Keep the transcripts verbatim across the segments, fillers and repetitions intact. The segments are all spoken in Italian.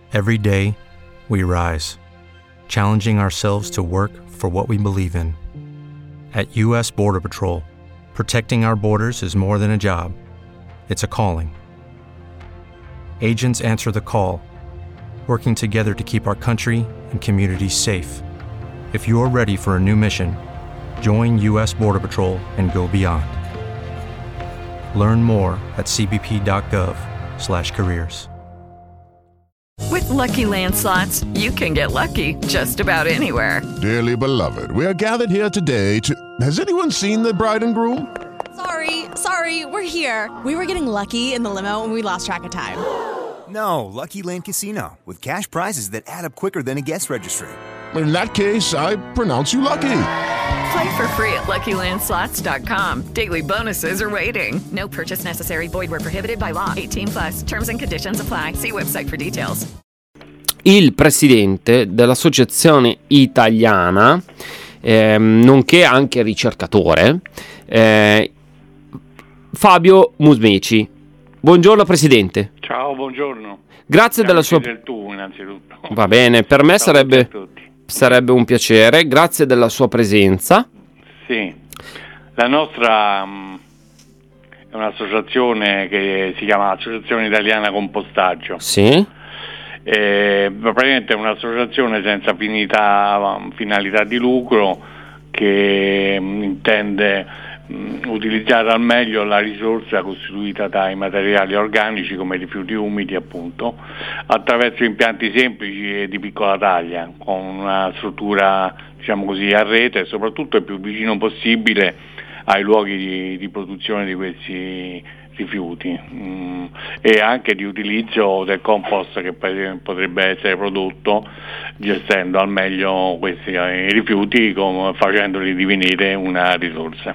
Every day, we rise, challenging ourselves to work for what we believe in. At U S Border Patrol, protecting our borders is more than a job, it's a calling. Agents answer the call, working together to keep our country and communities safe. If you're ready for a new mission, join U S Border Patrol and go beyond. Learn more at c b p dot gov slash careers. With Lucky Land Slots, you can get lucky just about anywhere. Dearly beloved, we are gathered here today to... Has anyone seen the bride and groom? Sorry, sorry, we're here. We were getting lucky in the limo and we lost track of time. No, Lucky Land Casino, with cash prizes that add up quicker than a guest registry. In that case, I pronounce you lucky. Play for free at lucky land slots dot com. Daily bonuses are waiting. No purchase necessary. Void where prohibited by law. eighteen plus. Terms and conditions apply. See website for details. Il presidente dell'Associazione Italiana, ehm, nonché anche ricercatore, eh, Fabio Musmeci. Buongiorno Presidente. Ciao, buongiorno. Grazie Siamo della sua... del tu innanzitutto. Va bene, per me Ciao sarebbe, sarebbe un piacere. Grazie della sua presenza. Sì, la nostra um, è un'associazione che si chiama Associazione Italiana Compostaggio. Sì. Eh, praticamente è un'associazione senza finalità, finalità di lucro che um, intende um, utilizzare al meglio la risorsa costituita dai materiali organici come rifiuti umidi, appunto, attraverso impianti semplici e di piccola taglia, con una struttura, diciamo così, a rete e soprattutto il più vicino possibile ai luoghi di, di produzione di questi rifiuti, mm, e anche di utilizzo del compost che potrebbe essere prodotto gestendo al meglio questi eh, rifiuti, come, facendoli divenire una risorsa.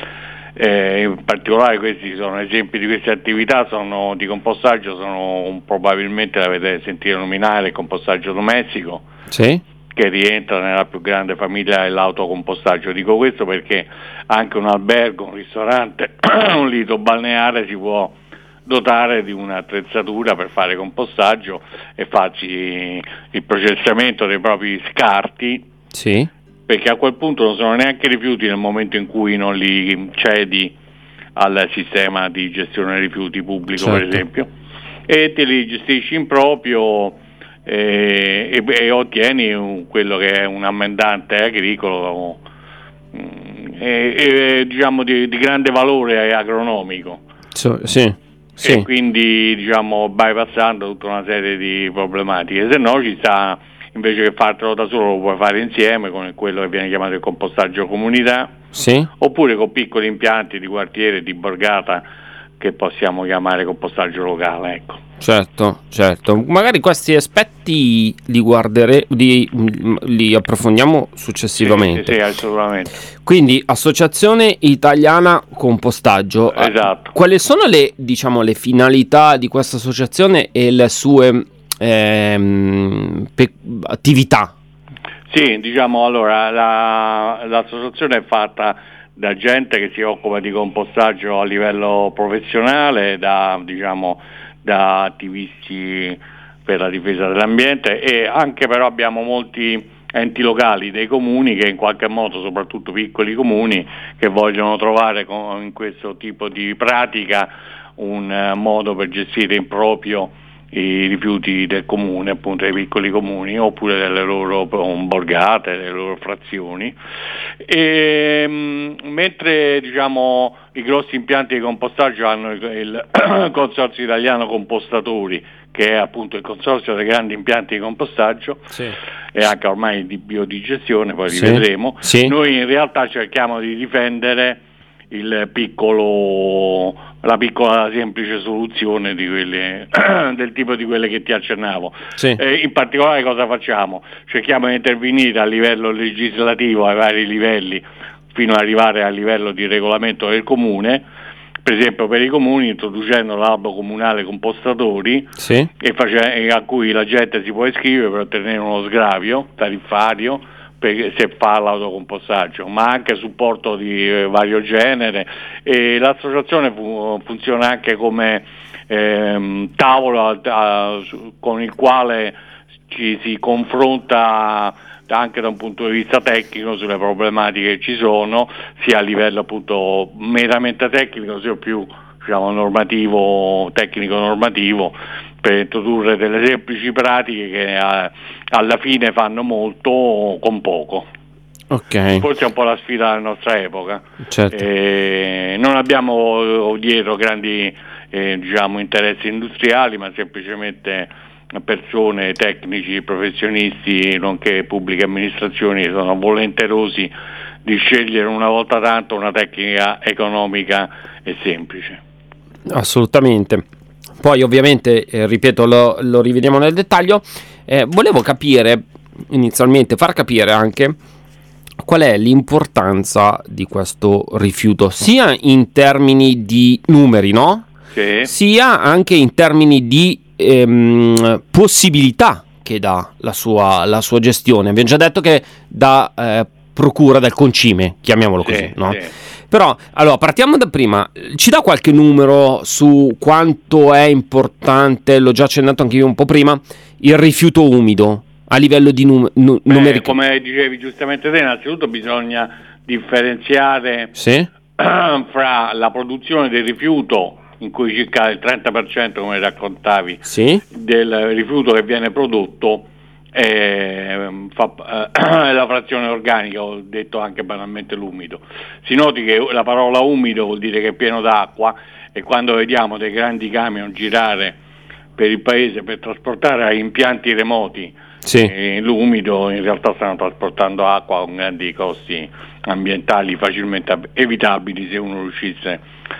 Eh, in particolare questi sono esempi di queste attività sono, di compostaggio, sono probabilmente l'avete sentito nominare il compostaggio domestico. Sì. Che rientra nella più grande famiglia dell'autocompostaggio. Dico questo perché anche un albergo, un ristorante, un lido balneare si può dotare di un'attrezzatura per fare compostaggio e farci il processamento dei propri scarti. Sì. Perché a quel punto non sono neanche rifiuti nel momento in cui non li cedi al sistema di gestione dei rifiuti pubblico, certo, per esempio, e te li gestisci in proprio. E, e, e ottieni un, quello che è un ammendante agricolo mm, e, e, diciamo di, di grande valore agronomico, so, sì, sì. E quindi diciamo bypassando tutta una serie di problematiche. Se no ci sta, invece che fartelo da solo, lo puoi fare insieme con quello che viene chiamato il compostaggio comunità, sì, oppure con piccoli impianti di quartiere, di borgata, che possiamo chiamare compostaggio locale, ecco. Certo, certo. Magari questi aspetti li guardere, li, li approfondiamo successivamente. Sì, sì, assolutamente. Quindi Associazione Italiana Compostaggio. Esatto. Quali sono le, diciamo, le finalità di questa associazione e le sue ehm, pe- attività? Sì, diciamo, allora la, l'associazione è fatta da gente che si occupa di compostaggio a livello professionale, da diciamo da attivisti per la difesa dell'ambiente, e anche però abbiamo molti enti locali dei comuni che in qualche modo, soprattutto piccoli comuni, che vogliono trovare con, in questo tipo di pratica un uh, modo per gestire in proprio i rifiuti del comune, appunto dei piccoli comuni, oppure delle loro borgate, delle loro frazioni. E, mh, mentre diciamo i grossi impianti di compostaggio hanno il, il Consorzio Italiano Compostatori, che è appunto il consorzio dei grandi impianti di compostaggio, sì, e anche ormai di biodigestione, poi sì, rivedremo, sì. Noi in realtà cerchiamo di difendere il piccolo, la piccola semplice soluzione di quelle, del tipo di quelle che ti accennavo. Sì. Eh, in particolare cosa facciamo? Cerchiamo di intervenire a livello legislativo ai vari livelli fino ad arrivare al livello di regolamento del comune, per esempio per i comuni introducendo l'albo comunale compostatori, sì, e face- a cui la gente si può iscrivere per ottenere uno sgravio tariffario se fa l'autocompostaggio, ma anche supporto di eh, vario genere, e l'associazione fu- funziona anche come ehm, tavolo a, con il quale ci si confronta anche da un punto di vista tecnico sulle problematiche che ci sono, sia a livello appunto meramente tecnico sia più, diciamo, normativo, tecnico normativo, per introdurre delle semplici pratiche che a, alla fine fanno molto con poco. Okay. Forse è un po' la sfida della nostra epoca. Certo. Eh, non abbiamo dietro grandi eh, diciamo interessi industriali, ma semplicemente persone, tecnici, professionisti, nonché pubbliche amministrazioni che sono volenterosi di scegliere una volta tanto una tecnica economica e semplice. Assolutamente. Poi ovviamente, eh, ripeto, lo, lo rivediamo nel dettaglio. Eh, volevo capire inizialmente, far capire anche qual è l'importanza di questo rifiuto, sia in termini di numeri, no? Sì. Sia anche in termini di ehm, possibilità che dà la sua, la sua gestione. Abbiamo già detto che da eh, procura del concime, chiamiamolo così, sì, no? Sì. Però, allora, partiamo da prima. Ci dà qualche numero su quanto è importante, l'ho già accennato anche io un po' prima, il rifiuto umido a livello di num- nu- Beh, numerico? come dicevi giustamente te, innanzitutto bisogna differenziare Sì? fra la produzione del rifiuto, in cui circa il trenta per cento, come raccontavi, Sì? del rifiuto che viene prodotto è fa, eh, la frazione organica, ho detto anche banalmente l'umido. Si noti che la parola umido vuol dire che è pieno d'acqua, e quando vediamo dei grandi camion girare per il paese per trasportare a impianti remoti Sì. eh, l'umido, in realtà stanno trasportando acqua con grandi costi ambientali facilmente evitabili se uno riuscisse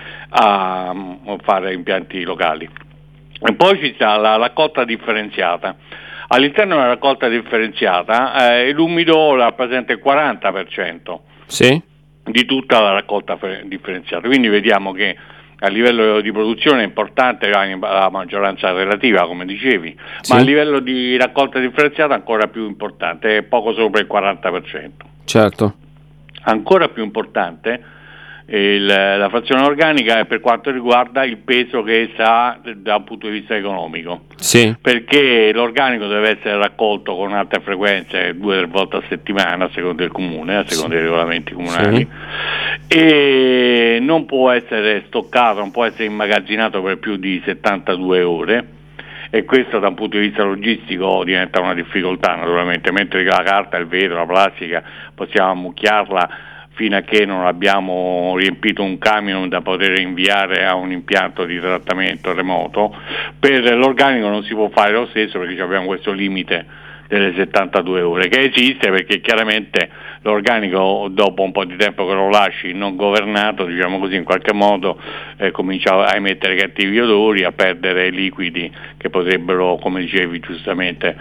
a fare impianti locali. E poi ci sta la raccolta differenziata. All'interno della raccolta differenziata eh, l'umido rappresenta il quaranta per cento Sì? di tutta la raccolta differenziata, quindi vediamo che a livello di produzione è importante la maggioranza relativa, come dicevi, Sì. ma a livello di raccolta differenziata ancora più importante, è poco sopra il quaranta per cento. Certo. Ancora più importante il, la frazione organica è per quanto riguarda il peso che essa ha da un punto di vista economico. Sì. Perché l'organico deve essere raccolto con alte frequenze, due o tre volte a settimana, a seconda del comune, a seconda sì. dei regolamenti comunali, sì. e non può essere stoccato, non può essere immagazzinato per più di settantadue ore, e questo da un punto di vista logistico diventa una difficoltà naturalmente, mentre la carta, il vetro, la plastica possiamo ammucchiarla fino a che non abbiamo riempito un camion da poter inviare a un impianto di trattamento remoto. Per l'organico non si può fare lo stesso, perché abbiamo questo limite delle settantadue ore, che esiste perché chiaramente l'organico, dopo un po' di tempo che lo lasci non governato, diciamo così, in qualche modo eh, comincia a emettere cattivi odori, a perdere liquidi che potrebbero, come dicevi giustamente,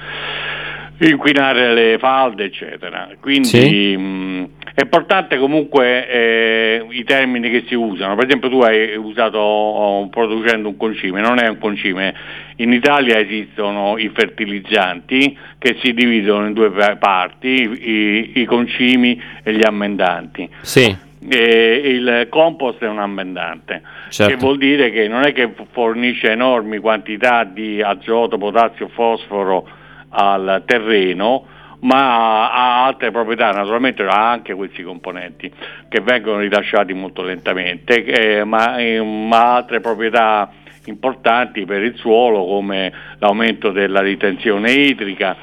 inquinare le falde, eccetera. Quindi sì. mh, è importante comunque eh, i termini che si usano. Per esempio tu hai usato oh, producendo un concime, non è un concime. In Italia esistono i fertilizzanti che si dividono in due parti, i, i concimi e gli ammendanti. Sì. E il compost è un ammendante, certo. Che vuol dire che non è che fornisce enormi quantità di azoto, potassio, fosforo al terreno, ma ha altre proprietà, naturalmente ha anche questi componenti che vengono rilasciati molto lentamente, eh, ma, eh, ma ha altre proprietà importanti per il suolo, come l'aumento della ritenzione idrica,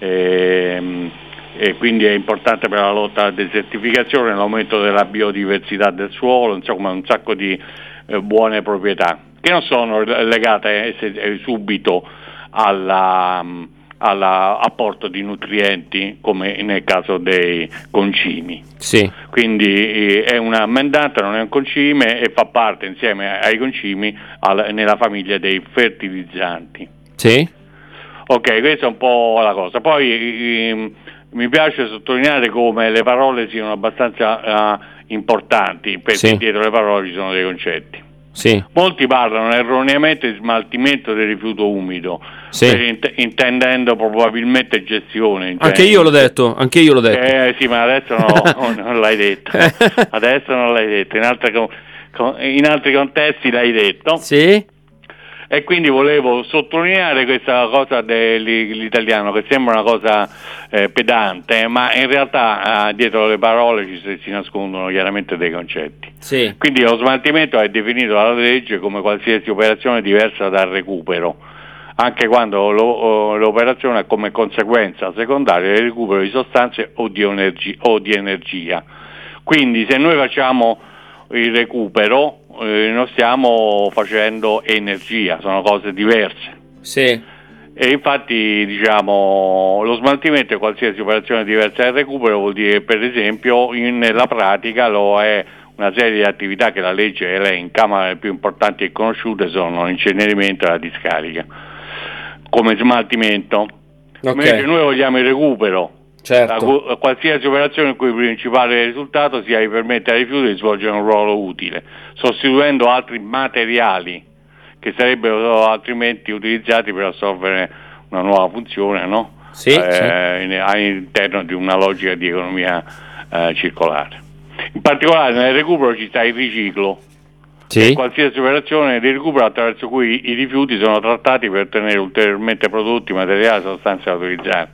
ehm, e quindi è importante per la lotta alla desertificazione, l'aumento della biodiversità del suolo, insomma un sacco di eh, buone proprietà che non sono legate eh, subito alla all'apporto di nutrienti, come nel caso dei concimi. Sì. Quindi eh, è un ammendante, non è un concime, e fa parte insieme ai concimi al, nella famiglia dei fertilizzanti. Sì. Ok, questa è un po' la cosa. Poi eh, mi piace sottolineare come le parole siano abbastanza uh, importanti, perché sì. dietro le parole ci sono dei concetti. Sì. Molti parlano erroneamente di smaltimento del rifiuto umido, sì. per int- intendendo probabilmente gestione. Anche io l'ho detto, anche io l'ho detto. Eh sì, ma adesso no, non l'hai detto. Adesso non l'hai detto, in, altre, in altri contesti l'hai detto. Sì. E quindi volevo sottolineare questa cosa dell'italiano, che sembra una cosa eh, pedante, ma in realtà eh, dietro le parole ci si nascondono chiaramente dei concetti. Sì. Quindi lo smaltimento è definito dalla legge come qualsiasi operazione diversa dal recupero, anche quando lo, l'operazione è come conseguenza secondaria del recupero di sostanze o di, energi- o di energia. Quindi se noi facciamo il recupero eh, non stiamo facendo energia, sono cose diverse. Sì. E infatti diciamo lo smaltimento è qualsiasi operazione diversa dal recupero, vuol dire per esempio in, nella pratica lo è una serie di attività che la legge elenca, ma le più importanti e conosciute sono l'incenerimento e la discarica come smaltimento. Okay. Invece noi vogliamo il recupero. Certo. La, qualsiasi operazione in cui il principale risultato sia di permettere ai rifiuti di svolgere un ruolo utile, sostituendo altri materiali che sarebbero altrimenti utilizzati per assolvere una nuova funzione, no? Sì, eh, sì. In, all'interno di una logica di economia eh, circolare. In particolare nel recupero ci sta il riciclo, Sì. qualsiasi operazione di recupero attraverso cui i rifiuti sono trattati per ottenere ulteriormente prodotti, materiali, sostanze da utilizzare.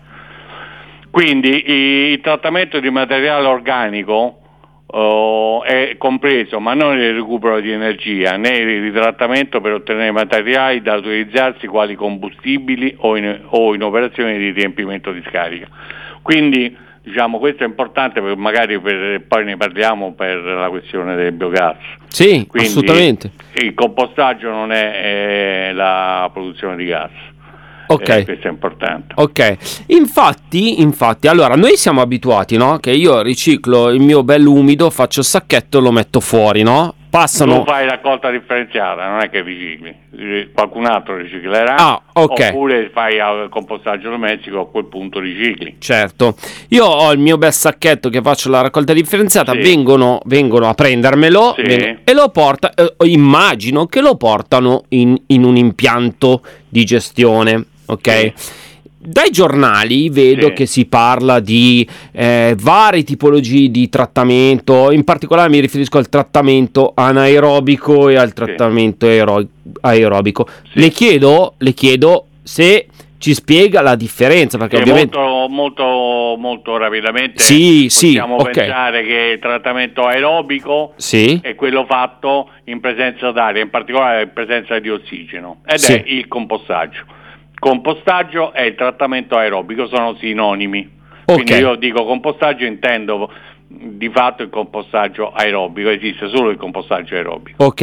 Quindi il trattamento di materiale organico uh, è compreso, ma non il recupero di energia, né il ritrattamento per ottenere materiali da utilizzarsi quali combustibili o in, o in operazioni di riempimento di scarica. Quindi diciamo questo è importante, per magari per, poi ne parliamo per la questione del biogas. Sì, Quindi assolutamente. Il compostaggio non è, è la produzione di gas. Ok. Eh, questo è importante. Ok, infatti, infatti, allora noi siamo abituati, no? Che io riciclo il mio bell'umido, faccio il sacchetto e lo metto fuori, no? Passano. Tu fai raccolta differenziata, non è che ricicli, qualcun altro riciclerà. Ah, ok. Oppure fai il compostaggio domestico, a quel punto ricicli. Certo, io ho il mio bel sacchetto che faccio la raccolta differenziata, Sì. vengono, vengono a prendermelo, Sì. vengono- e lo porta, eh, immagino che lo portano in, in un impianto di gestione, ok? Sì. Dai giornali vedo Sì. che si parla di eh, varie tipologie di trattamento, in particolare mi riferisco al trattamento anaerobico e al trattamento aero- aerobico. Sì. Le chiedo, le chiedo se ci spiega la differenza, perché Sì, ovviamente molto, molto, molto rapidamente Sì, sì, possiamo ok. pensare che il trattamento aerobico sì, è quello fatto in presenza d'aria, in particolare in presenza di ossigeno, ed Sì. è il compostaggio. Compostaggio e il trattamento aerobico sono sinonimi. Quindi Ok. io dico compostaggio, intendo di fatto il compostaggio aerobico, esiste solo il compostaggio aerobico. ok,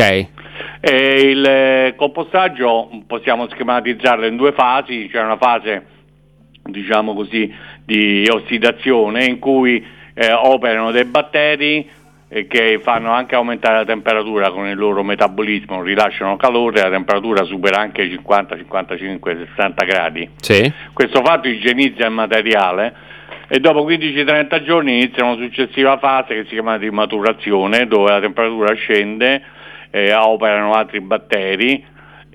E il eh, compostaggio possiamo schematizzarlo in due fasi, c'è una fase diciamo così di ossidazione in cui eh, operano dei batteri eh, che fanno anche aumentare la temperatura con il loro metabolismo, rilasciano calore, la temperatura supera anche cinquanta, cinquantacinque, sessanta gradi. sì, Questo fatto igienizza il materiale e dopo quindici trenta giorni inizia una successiva fase che si chiama di maturazione, dove la temperatura scende, eh, operano altri batteri,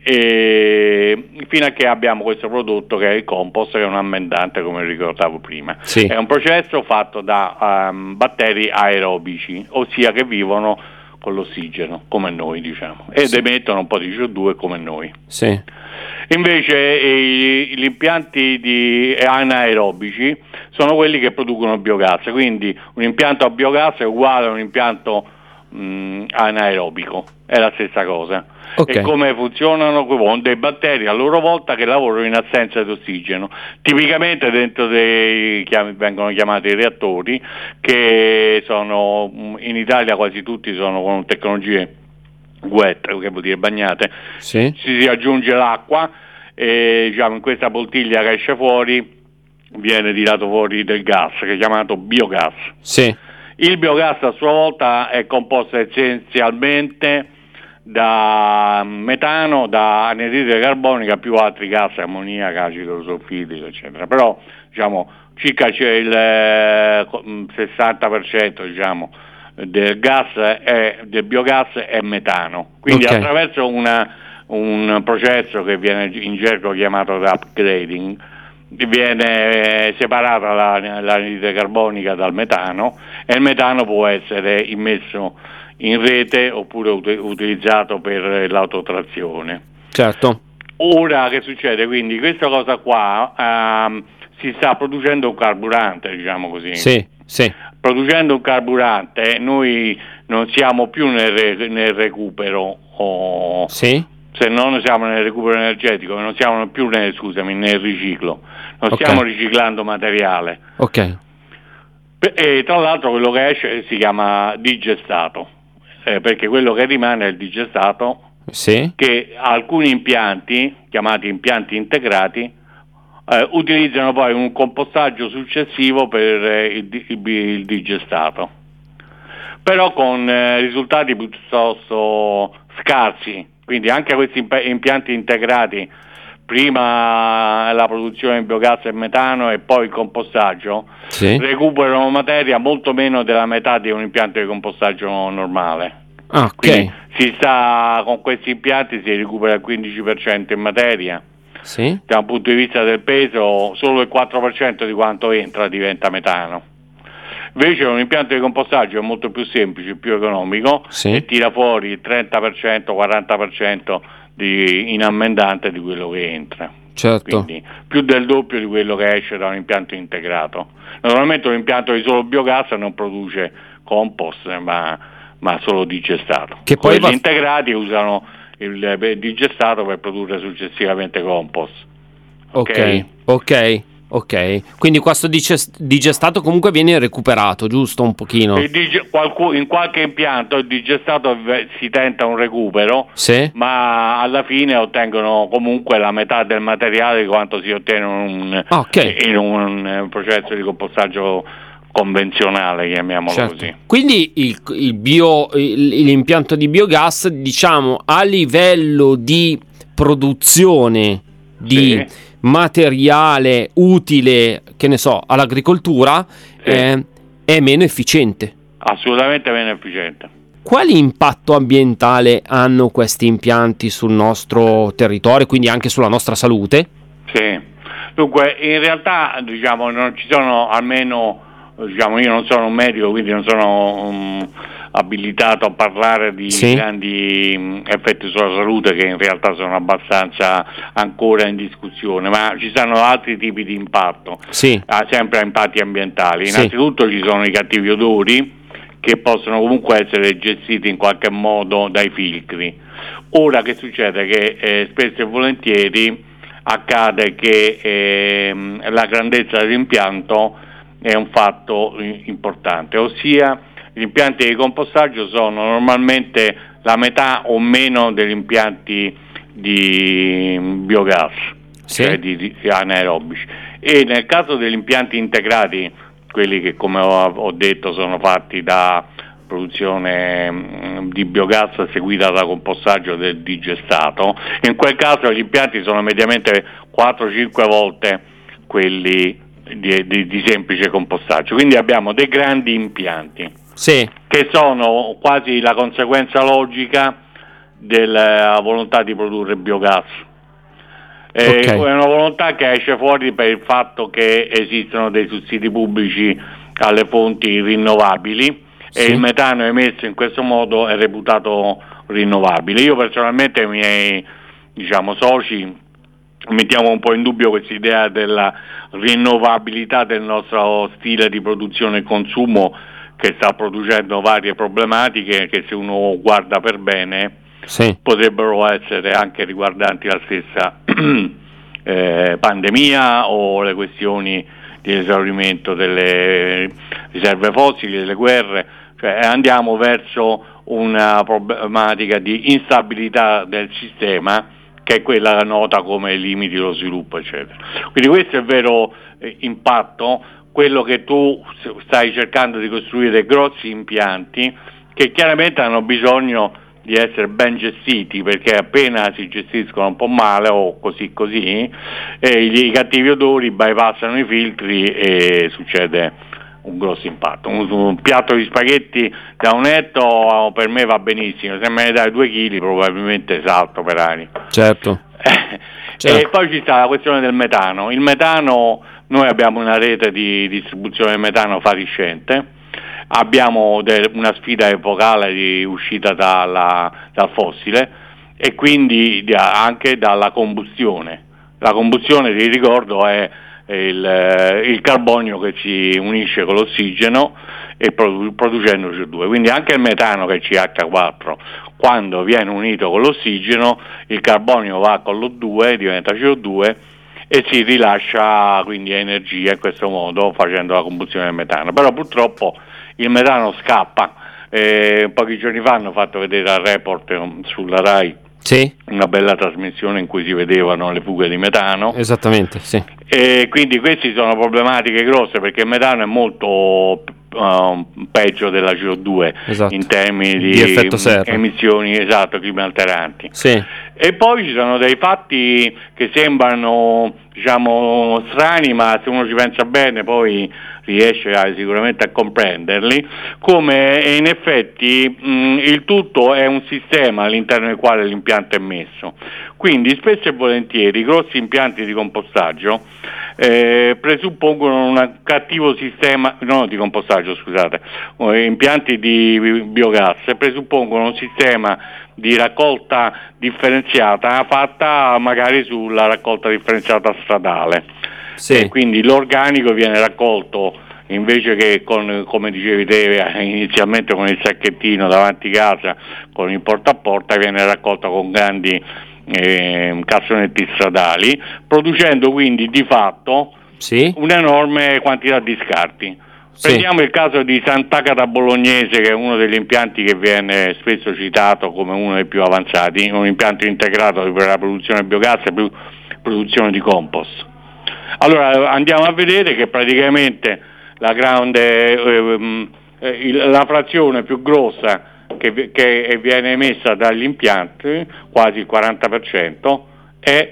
e fino a che abbiamo questo prodotto che è il compost, che è un ammendante, come ricordavo prima. Sì. È un processo fatto da um, batteri aerobici, ossia che vivono con l'ossigeno, come noi diciamo, ed Sì. emettono un po' di C O due come noi. sì, Invece i, gli impianti di anaerobici sono quelli che producono biogas, quindi un impianto a biogas è uguale a un impianto mh, anaerobico, è la stessa cosa. Ok. E come funzionano? Con dei batteri a loro volta che lavorano in assenza di ossigeno, tipicamente dentro dei chiam- vengono chiamati reattori, che sono in Italia quasi tutti sono con tecnologie wet, che vuol dire bagnate. sì, Si aggiunge l'acqua e diciamo in questa bottiglia che esce fuori viene tirato fuori del gas che è chiamato biogas. sì, Il biogas a sua volta è composto essenzialmente da metano, da anidride carbonica più altri gas, ammoniaca, acido sulfidrico eccetera, però diciamo circa c'è il eh, sessanta per cento diciamo del gas è, del biogas è metano, quindi Ok. attraverso una, un processo che viene in gergo chiamato upgrading viene separata la, l'anidride carbonica dal metano e il metano può essere immesso in rete oppure ut- utilizzato per l'autotrazione. certo, ora che succede? Quindi questa cosa qua ehm, si sta producendo un carburante, diciamo così. Sì, sì. Producendo un carburante noi non siamo più nel, re- nel recupero, o Sì. se non siamo nel recupero energetico, non siamo più nel, scusami, nel riciclo, non Ok. stiamo riciclando materiale. Ok. E tra l'altro quello che esce si chiama digestato, eh, perché quello che rimane è il digestato, Sì. che alcuni impianti, chiamati impianti integrati, eh, utilizzano poi un compostaggio successivo per eh, il, il, il digestato, però con eh, risultati piuttosto scarsi. Quindi anche questi imp- impianti integrati, prima la produzione di biogas e metano e poi il compostaggio, Sì. recuperano materia molto meno della metà di un impianto di compostaggio normale. Ah, ok. Quindi si sta, con questi impianti si recupera il quindici per cento in materia. Sì. Da un punto di vista del peso solo il quattro per cento di quanto entra diventa metano. Invece un impianto di compostaggio è molto più semplice, più economico, Sì. e tira fuori il trenta per cento, quaranta per cento di, in ammendante di quello che entra. Certo. Quindi più del doppio di quello che esce da un impianto integrato. Naturalmente un impianto di solo biogas non produce compost, ma, ma solo digestato. Che poi Quelli va... integrati usano il, il digestato per produrre successivamente compost. Ok, ok, ok. Quindi questo diges- digestato comunque viene recuperato, giusto? Un pochino. Il dig- qualcu- in qualche impianto il digestato v- si tenta un recupero, Sì. ma alla fine ottengono comunque la metà del materiale di quanto si ottiene in un, Ah, ok. in un eh, processo di compostaggio convenzionale, chiamiamolo Certo. così. Quindi il, il bio, il- l'impianto di biogas, diciamo, a livello di produzione di Sì. materiale utile, che ne so, all'agricoltura, Sì. eh, è meno efficiente. Assolutamente meno efficiente. Quali impatto ambientale hanno questi impianti sul nostro territorio, quindi anche sulla nostra salute? Sì. Dunque, in realtà diciamo non ci sono, almeno diciamo io non sono un medico, quindi non sono um, abilitato a parlare di Sì. grandi um, effetti sulla salute, che in realtà sono abbastanza ancora in discussione, ma ci sono altri tipi di impatto, Sì. ah, sempre impatti ambientali. Sì. Innanzitutto ci sono i cattivi odori, che possono comunque essere gestiti in qualche modo dai filtri. Ora che succede? Che eh, spesso e volentieri accade che ehm, la grandezza dell'impianto è un fatto importante, ossia gli impianti di compostaggio sono normalmente la metà o meno degli impianti di biogas, Sì. cioè di, di anaerobici, e nel caso degli impianti integrati, quelli che come ho, ho detto sono fatti da produzione mh, di biogas seguita da compostaggio del digestato, in quel caso gli impianti sono mediamente quattro cinque volte quelli di, di, di semplice compostaggio, quindi abbiamo dei grandi impianti Sì. che sono quasi la conseguenza logica della volontà di produrre biogas. Eh, Ok. È una volontà che esce fuori per il fatto che esistono dei sussidi pubblici alle fonti rinnovabili, Sì. e il metano emesso in questo modo è reputato rinnovabile. Io personalmente e i miei diciamo, soci mettiamo un po' in dubbio questa idea della rinnovabilità del nostro stile di produzione e consumo, che sta producendo varie problematiche che, se uno guarda per bene, Sì. potrebbero essere anche riguardanti la stessa eh, pandemia o le questioni di esaurimento delle riserve fossili, delle guerre, cioè andiamo verso una problematica di instabilità del sistema, che è quella nota come limiti dello sviluppo, eccetera. Quindi questo è il vero eh, impatto, quello che tu stai cercando di costruire dei grossi impianti che chiaramente hanno bisogno di essere ben gestiti, perché appena si gestiscono un po' male o così così, eh, i, i cattivi odori bypassano i filtri e succede un grosso impatto. Un, un piatto di spaghetti da un etto per me va benissimo, se me ne dai due chili probabilmente salto per aria. Certo. Certo. E poi ci sta la questione del metano. Il metano, noi abbiamo una rete di distribuzione del metano fatiscente, abbiamo de- una sfida epocale di uscita dalla, dal fossile, e quindi anche dalla combustione. La combustione, ti ricordo, è il, il carbonio che si unisce con l'ossigeno e produ- producendo C O due, quindi anche il metano, che è C H quattro, quando viene unito con l'ossigeno il carbonio va con l'O due, diventa C O due e si rilascia quindi energia in questo modo facendo la combustione del metano. Però purtroppo il metano scappa. Eh, pochi giorni fa hanno fatto vedere al report sulla Rai, sì, una bella trasmissione in cui si vedevano le fughe di metano. Esattamente, sì. E quindi queste sono problematiche grosse, perché il metano è molto uh, peggio della C O due, esatto, in termini di, di effetto serra, emissioni, esatto, clima alteranti. Sì. E poi ci sono dei fatti che sembrano, diciamo, strani, ma se uno ci pensa bene poi riesce a, sicuramente a comprenderli, come in effetti mh, il tutto è un sistema all'interno del quale l'impianto è messo. Quindi spesso e volentieri i grossi impianti di compostaggio eh, presuppongono un cattivo sistema, no di compostaggio scusate, impianti di biogas presuppongono un sistema di raccolta differenziata fatta magari sulla raccolta differenziata stradale. Sì. E quindi l'organico viene raccolto invece che con, come dicevi te inizialmente, con il sacchettino davanti casa, con il porta a porta, viene raccolto con grandi eh, cassonetti stradali, producendo quindi di fatto sì. un'enorme quantità di scarti. Sì. Prendiamo il caso di Sant'Agata Bolognese, che è uno degli impianti che viene spesso citato come uno dei più avanzati, un impianto integrato per la produzione di biogas e più produzione di compost. Allora andiamo a vedere che praticamente la grande eh, la frazione più grossa che, che viene emessa dagli impianti, quasi il quaranta per cento, è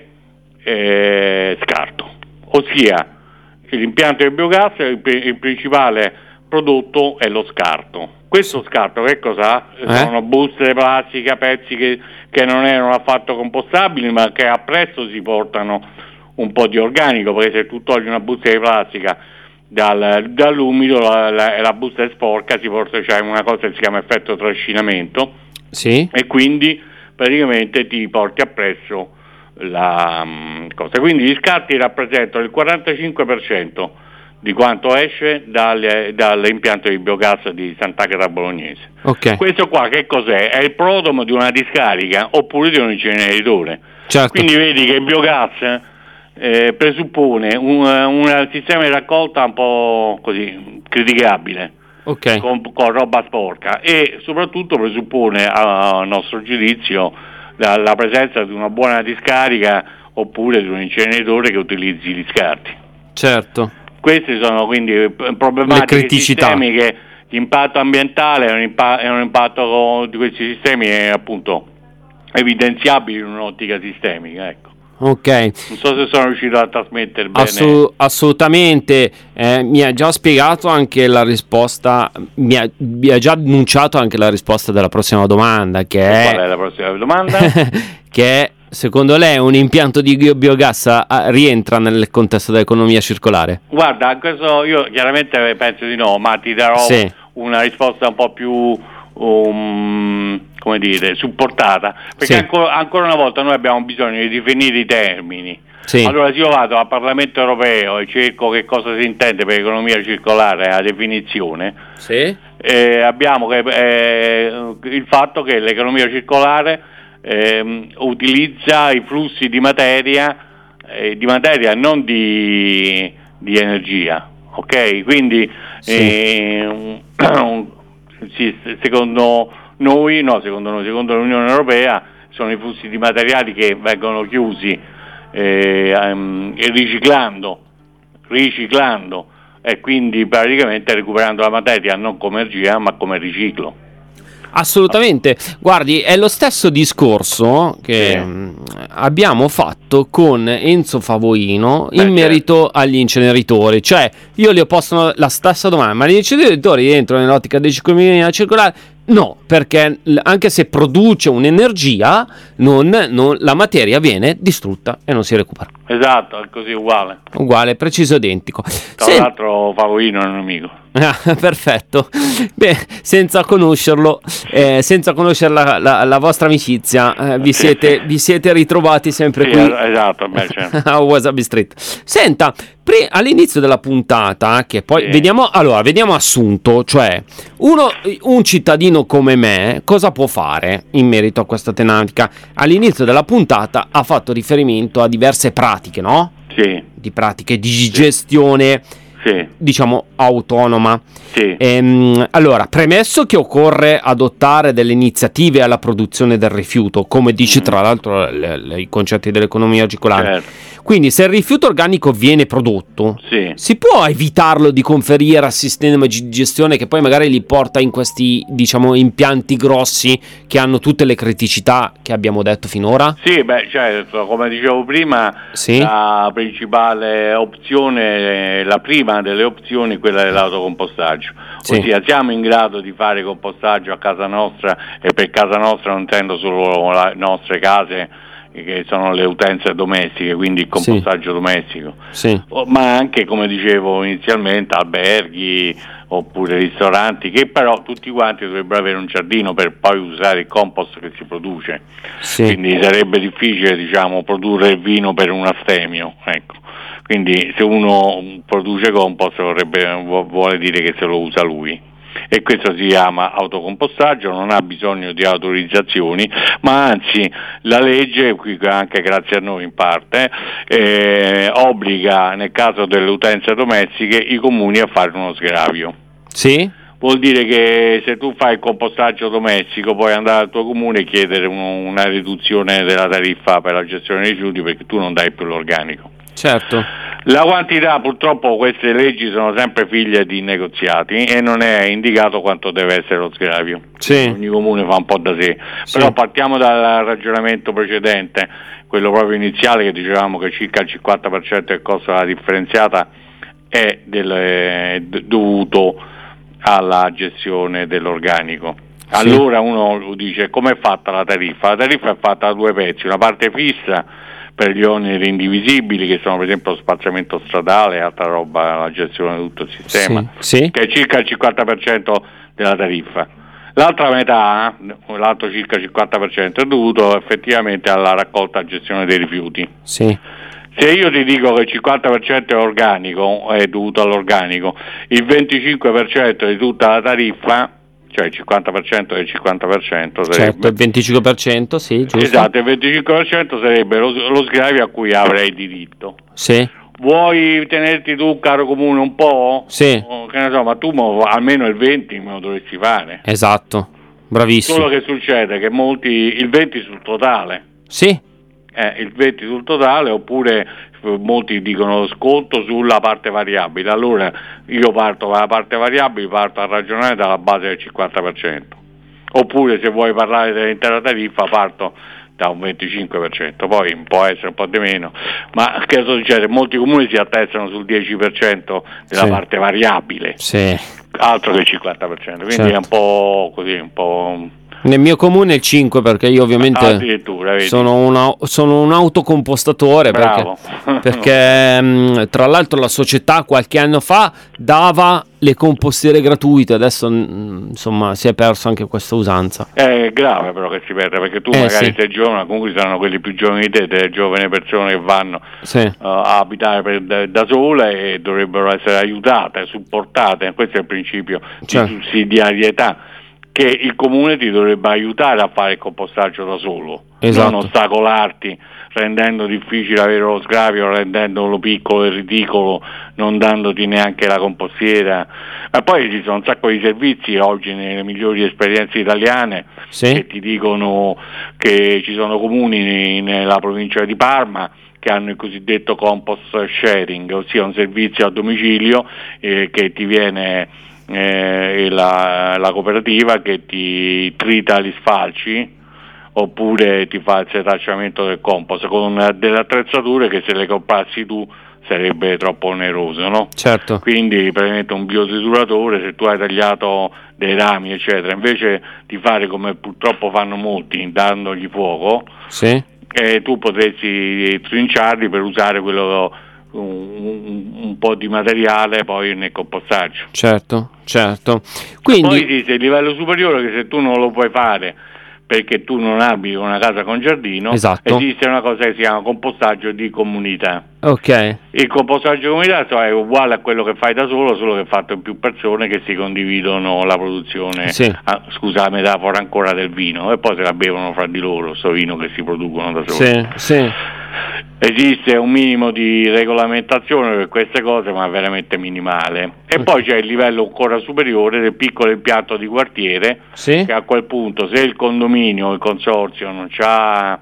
eh, scarto, ossia l'impianto di biogas, il, il principale prodotto è lo scarto. Questo scarto che cosa? Eh? Sono buste di plastica, pezzi che, che non erano affatto compostabili, ma che appresso si portano un po' di organico, perché se tu togli una busta di plastica dal, dall'umido la, la, la busta è sporca, si porta, c'è una cosa che si chiama effetto trascinamento, sì. E quindi praticamente ti porti appresso la um, cosa. Quindi gli scarti rappresentano il quarantacinque per cento di quanto esce dalle, dall'impianto di biogas di Sant'Agata Bolognese. Okay. Questo qua che cos'è? È il prodromo di una discarica oppure di un inceneritore. Certo. Quindi vedi che il biogas eh, presuppone un, un sistema di raccolta un po' così criticabile, okay. con, con roba sporca, e soprattutto presuppone, a nostro giudizio, la, la presenza di una buona discarica oppure di un inceneritore che utilizzi gli scarti. Certo. Queste sono quindi problematiche sistemi che l'impatto ambientale è un, impa- è un impatto di questi sistemi è appunto evidenziabile in un'ottica sistemica, ecco. Ok. Non so se sono riuscito a trasmettere bene. Assu- assolutamente, eh, mi ha già spiegato anche la risposta, mi ha, mi ha già annunciato anche la risposta della prossima domanda, che è... Qual è la prossima domanda? che è, secondo lei un impianto di biogas a, rientra nel contesto dell'economia circolare? Guarda, questo io chiaramente penso di no, ma ti darò sì. una risposta un po' più... Um, come dire, supportata, perché sì. ancora, ancora una volta noi abbiamo bisogno di definire i termini. Sì. Allora, se io vado al Parlamento europeo e cerco che cosa si intende per economia circolare, la definizione, sì. eh, abbiamo che, eh, il fatto che l'economia circolare eh, utilizza i flussi di materia, eh, di materia non di, di energia, ok? Quindi sì. eh, Sì, secondo noi, no, secondo noi, secondo l'Unione Europea sono i flussi di materiali che vengono chiusi eh, um, riciclando, riciclando e quindi praticamente recuperando la materia non come energia ma come riciclo. Assolutamente, guardi, è lo stesso discorso che sì. abbiamo fatto con Enzo Favoino in Beh, merito certo. agli inceneritori, cioè io le ho posto la stessa domanda, ma gli inceneritori entrano nell'ottica dei cinque milioni circolare? No, perché anche se produce un'energia, non, non, la materia viene distrutta e non si recupera. Esatto, è così uguale. Uguale, preciso, identico. Tra Se... l'altro Favorino è un amico. Ah, perfetto. Beh, senza conoscerlo, eh, senza conoscere la, la, la vostra amicizia, eh, vi, sì, siete, sì. vi siete ritrovati sempre Sì, qui. Esatto, beh, certo. A Wasabi Street. Senta, pre- all'inizio della puntata, che poi Sì. vediamo, allora, vediamo assunto, cioè uno, un cittadino come me cosa può fare in merito a questa tematica? All'inizio della puntata ha fatto riferimento a diverse pratiche, no? Sì, Di pratiche di gestione, sì, diciamo, autonoma. sì. Ehm, allora, premesso che occorre adottare delle iniziative alla produzione del rifiuto, come dice Mm. tra l'altro le- le- i concetti dell'economia circolare. Certo. Quindi se il rifiuto organico viene prodotto, Sì. si può evitarlo di conferire a sistemi di gestione che poi magari li porta in questi, diciamo, impianti grossi che hanno tutte le criticità che abbiamo detto finora? Sì, beh, certo, come dicevo prima, Sì. la principale opzione, la prima delle opzioni è quella dell'autocompostaggio. Sì. Ossia, siamo in grado di fare compostaggio a casa nostra, e per casa nostra non intendo solo le nostre case, che sono le utenze domestiche, quindi il compostaggio domestico, Sì. O- ma anche, come dicevo inizialmente, alberghi oppure ristoranti, che però tutti quanti dovrebbero avere un giardino per poi usare il compost che si produce. Sì. Quindi sarebbe difficile, diciamo, produrre il vino per un astemio, ecco. Quindi se uno produce compost vorrebbe, vuole dire che se lo usa lui. E questo si chiama autocompostaggio, non ha bisogno di autorizzazioni, ma anzi la legge, qui anche grazie a noi in parte, eh, obbliga nel caso delle utenze domestiche i comuni a fare uno sgravio. Sì? Vuol dire che se tu fai il compostaggio domestico puoi andare al tuo comune e chiedere un, una riduzione della tariffa per la gestione dei rifiuti, perché tu non dai più l'organico. Certo. La quantità, purtroppo queste leggi sono sempre figlie di negoziati e non è indicato quanto deve essere lo sgravio. Sì. Ogni comune fa un po' da sé. Sì. Però partiamo dal ragionamento precedente, quello proprio iniziale, che dicevamo che circa il cinquanta per cento del costo della differenziata è del, è dovuto alla gestione dell'organico. Sì. Allora uno dice: com'è fatta la tariffa? La tariffa è fatta da due pezzi, una parte fissa per gli oneri indivisibili, che sono per esempio lo spazzamento stradale e altra roba, la gestione di tutto il sistema, Sì. Sì. che è circa il cinquanta per cento della tariffa. L'altra metà, l'altro circa cinquanta per cento, è dovuto effettivamente alla raccolta e gestione dei rifiuti. Sì. Se io ti dico che il cinquanta per cento è organico, è dovuto all'organico, il venticinque per cento di tutta la tariffa, cioè il cinquanta per cento del cinquanta per cento sarebbe, Certo, il venticinque per cento, sì, giusto. esatto, il venticinque per cento sarebbe lo, lo sgravio a cui avrei diritto. Sì. Vuoi tenerti tu, caro comune, un po'? Sì. Oh, che ne so, ma tu mo, almeno il venti me lo dovresti fare. Esatto. Bravissimo. Solo che succede che molti, il venti sul totale, Sì. eh, il venti sul totale, oppure eh, molti dicono sconto sulla parte variabile. Allora io parto dalla parte variabile, parto a ragionare dalla base del cinquanta per cento. Oppure se vuoi parlare dell'intera tariffa parto da un venticinque per cento, poi può essere un po' di meno, ma che cosa succede? Molti comuni si attestano sul dieci per cento della Sì. parte variabile, Sì. altro che il cinquanta per cento, quindi Certo. è un po' così, un po'... Nel mio comune il cinque, perché io ovviamente Addirittura, vedi? sono, una, sono un autocompostatore, perché, Bravo. perché mh, tra l'altro la società qualche anno fa dava le compostiere gratuite, adesso mh, insomma si è perso anche questa usanza. È grave però che si perde, perché tu Eh, magari sì. sei giovane, comunque saranno quelli più giovani di te, delle giovani persone che vanno Sì. uh, a abitare per, da, da sole e dovrebbero essere aiutate, supportate. Questo è il principio Certo. di sussidiarietà, che il comune ti dovrebbe aiutare a fare il compostaggio da solo, Esatto. non ostacolarti rendendo difficile avere lo sgravio, rendendolo piccolo e ridicolo, non dandoti neanche la compostiera. Ma poi ci sono un sacco di servizi oggi nelle migliori esperienze italiane, Sì. che ti dicono che ci sono comuni nella provincia di Parma che hanno il cosiddetto compost sharing, ossia un servizio a domicilio eh, che ti viene eh, la, la cooperativa che ti trita gli sfalci oppure ti fa il setacciamento del compost con delle attrezzature che se le comprassi tu sarebbe troppo oneroso, no? Certo. Quindi praticamente un biotrituratore, se tu hai tagliato dei rami eccetera, invece di fare come purtroppo fanno molti dandogli fuoco, sì, eh, tu potresti trinciarli per usare quello un, un, un po' di materiale poi nel compostaggio. Certo, certo. Quindi poi esiste il livello superiore, che se tu non lo puoi fare perché tu non abiti una casa con giardino, esatto, esiste una cosa che si chiama compostaggio di comunità. Ok. Il compostaggio di comunità è uguale a quello che fai da solo, solo che è fatto in più persone che si condividono la produzione, sì. ah, scusa la metafora ancora, del vino, e poi se la bevono fra di loro, sto vino che si producono da soli. Sì, sì. Esiste un minimo di regolamentazione per queste cose, ma veramente minimale. E poi c'è il livello ancora superiore del piccolo impianto di quartiere, sì, che a quel punto, se il condominio o il consorzio non c'ha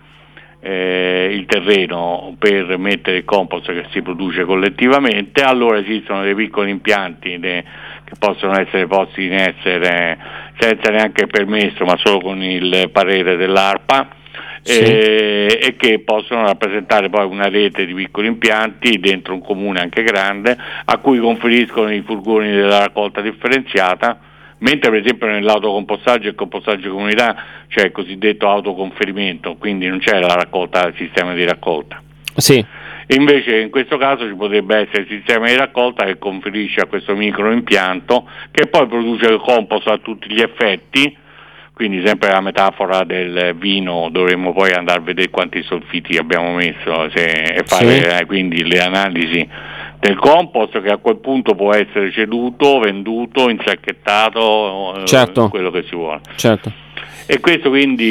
eh, il terreno per mettere il compost che si produce collettivamente, allora esistono dei piccoli impianti de, che possono essere posti in essere senza neanche permesso, ma solo con il parere dell'ARPA. Sì. E, e che possono rappresentare poi una rete di piccoli impianti dentro un comune anche grande, a cui conferiscono i furgoni della raccolta differenziata, mentre per esempio nell'autocompostaggio e il compostaggio comunità c'è il cosiddetto autoconferimento, quindi non c'è la raccolta, il sistema di raccolta. Sì. Invece in questo caso ci potrebbe essere il sistema di raccolta che conferisce a questo micro impianto, che poi produce il compost a tutti gli effetti. Quindi sempre la metafora del vino, dovremmo poi andare a vedere quanti solfiti abbiamo messo se, e fare sì. eh, quindi le analisi del compost, che a quel punto può essere ceduto, venduto, insacchettato, certo. eh, quello che si vuole. Certo. E questo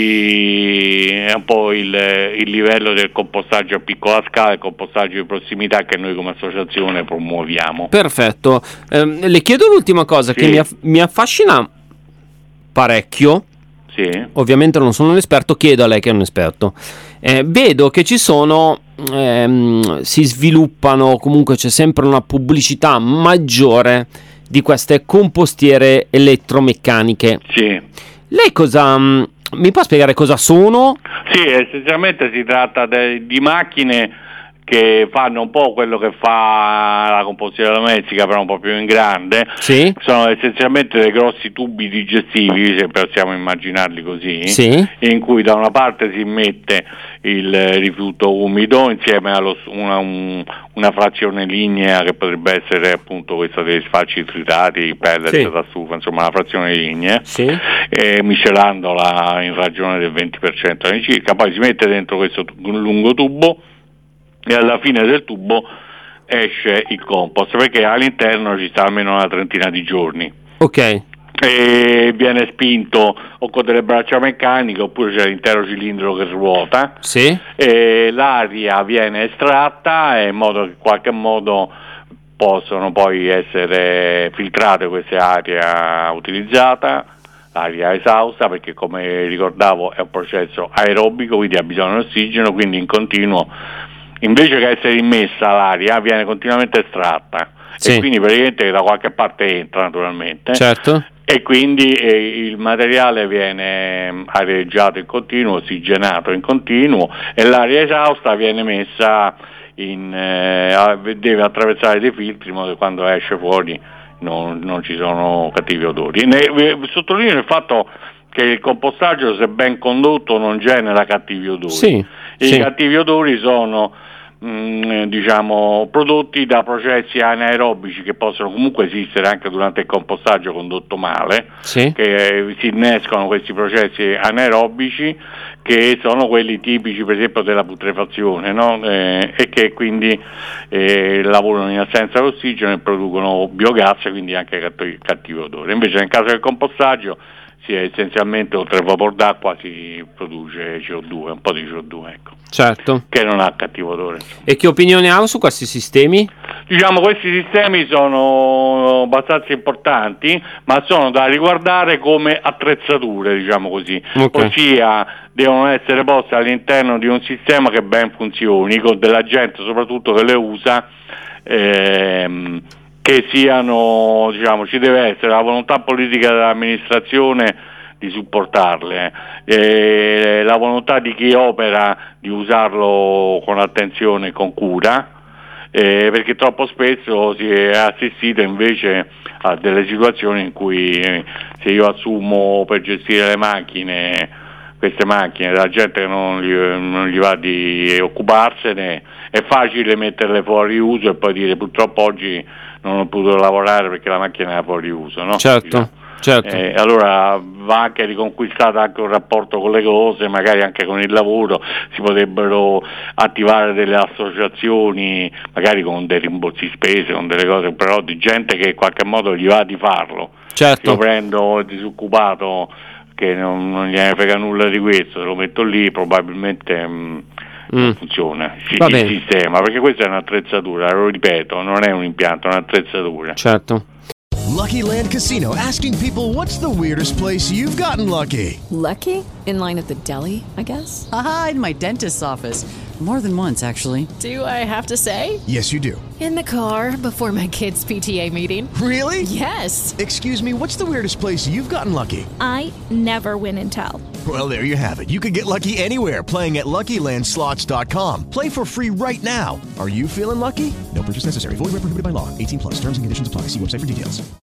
quindi è un po' il, il livello del compostaggio a piccola scala, il compostaggio di prossimità che noi come associazione promuoviamo. Perfetto. Eh, le chiedo l'ultima cosa sì. che mi, aff- mi affascina parecchio. Sì. Ovviamente non sono un esperto, chiedo a lei che è un esperto. Eh, vedo che ci sono, ehm, si sviluppano, comunque c'è sempre una pubblicità maggiore di queste compostiere elettromeccaniche. Sì. Lei cosa, mh, mi può spiegare cosa sono? Sì, essenzialmente si tratta de, di macchine che fanno un po' quello che fa la compostiera domestica, però un po' più in grande. Sì. Sono essenzialmente dei grossi tubi digestivi, se possiamo immaginarli così, sì. in cui da una parte si mette il rifiuto umido insieme a una, un, una frazione lignea che potrebbe essere appunto questa dei sfalci tritati, pellet sì. da stufa, insomma una frazione lignea, sì. e miscelandola in ragione del venti per cento all'incirca, poi si mette dentro questo lungo tubo e alla fine del tubo esce il compost, perché all'interno ci sta almeno una trentina di giorni. Ok. E viene spinto o con delle braccia meccaniche oppure c'è l'intero cilindro che ruota. Sì. E l'aria viene estratta in modo che in qualche modo possono poi essere filtrate queste aria utilizzata, aria esausta, perché come ricordavo è un processo aerobico, quindi ha bisogno di ossigeno, quindi in continuo, invece che essere immessa l'aria, viene continuamente estratta. Sì. E quindi praticamente da qualche parte entra naturalmente. Certo. E quindi eh, il materiale viene areggiato in continuo, ossigenato in continuo, e l'aria esausta viene messa in eh, deve attraversare dei filtri in modo che quando esce fuori non, non ci sono cattivi odori. Ne, sottolineo il fatto che il compostaggio, se ben condotto, non genera cattivi odori. Sì, I sì. cattivi odori sono mh, diciamo prodotti da processi anaerobici che possono comunque esistere anche durante il compostaggio condotto male, sì. che si innescono questi processi anaerobici che sono quelli tipici per esempio della putrefazione, no? eh, e che quindi eh, lavorano in assenza di ossigeno e producono biogas, quindi anche cattivo, cattivo odore. Invece nel caso del compostaggio sì, essenzialmente oltre al vapor d'acqua si produce C O due, un po' di C O due, ecco. Certo. Che non ha cattivo odore. E che opinione ha su questi sistemi? Diciamo, questi sistemi sono abbastanza importanti, ma sono da riguardare come attrezzature, diciamo così. Okay. Ossia, devono essere poste all'interno di un sistema che ben funzioni, con della gente soprattutto che le usa, ehm, che siano, diciamo, ci deve essere la volontà politica dell'amministrazione di supportarle, eh, la volontà di chi opera di usarlo con attenzione e con cura, eh, perché troppo spesso si è assistito invece a delle situazioni in cui eh, se io assumo per gestire le macchine, queste macchine, la gente che non gli, non gli va di occuparsene, è facile metterle fuori uso e poi dire purtroppo oggi non ho potuto lavorare perché la macchina era fuori uso, no? Certo, certo. Eh, allora va anche riconquistato anche un rapporto con le cose, magari anche con il lavoro, si potrebbero attivare delle associazioni, magari con dei rimborsi spese, con delle cose, però di gente che in qualche modo gli va di farlo. Certo. Io prendo il disoccupato che non, non gliene frega nulla di questo, lo metto lì, probabilmente mh, non mm. funziona si, il sistema, perché questa è un'attrezzatura, lo ripeto, non è un impianto, è un'attrezzatura. Certo. Lucky Land Casino, asking people, what's the weirdest place you've gotten lucky? Lucky? In line at the deli, I guess? Aha, in my dentist's office. More than once, actually. Do I have to say? Yes, you do. In the car before my kids' P T A meeting. Really? Yes. Excuse me, what's the weirdest place you've gotten lucky? I never win and tell. Well, there you have it. You can get lucky anywhere, playing at Lucky Land Slots dot com. Play for free right now. Are you feeling lucky? No purchase necessary. Void where prohibited by law. eighteen plus. Terms and conditions apply. See website for details.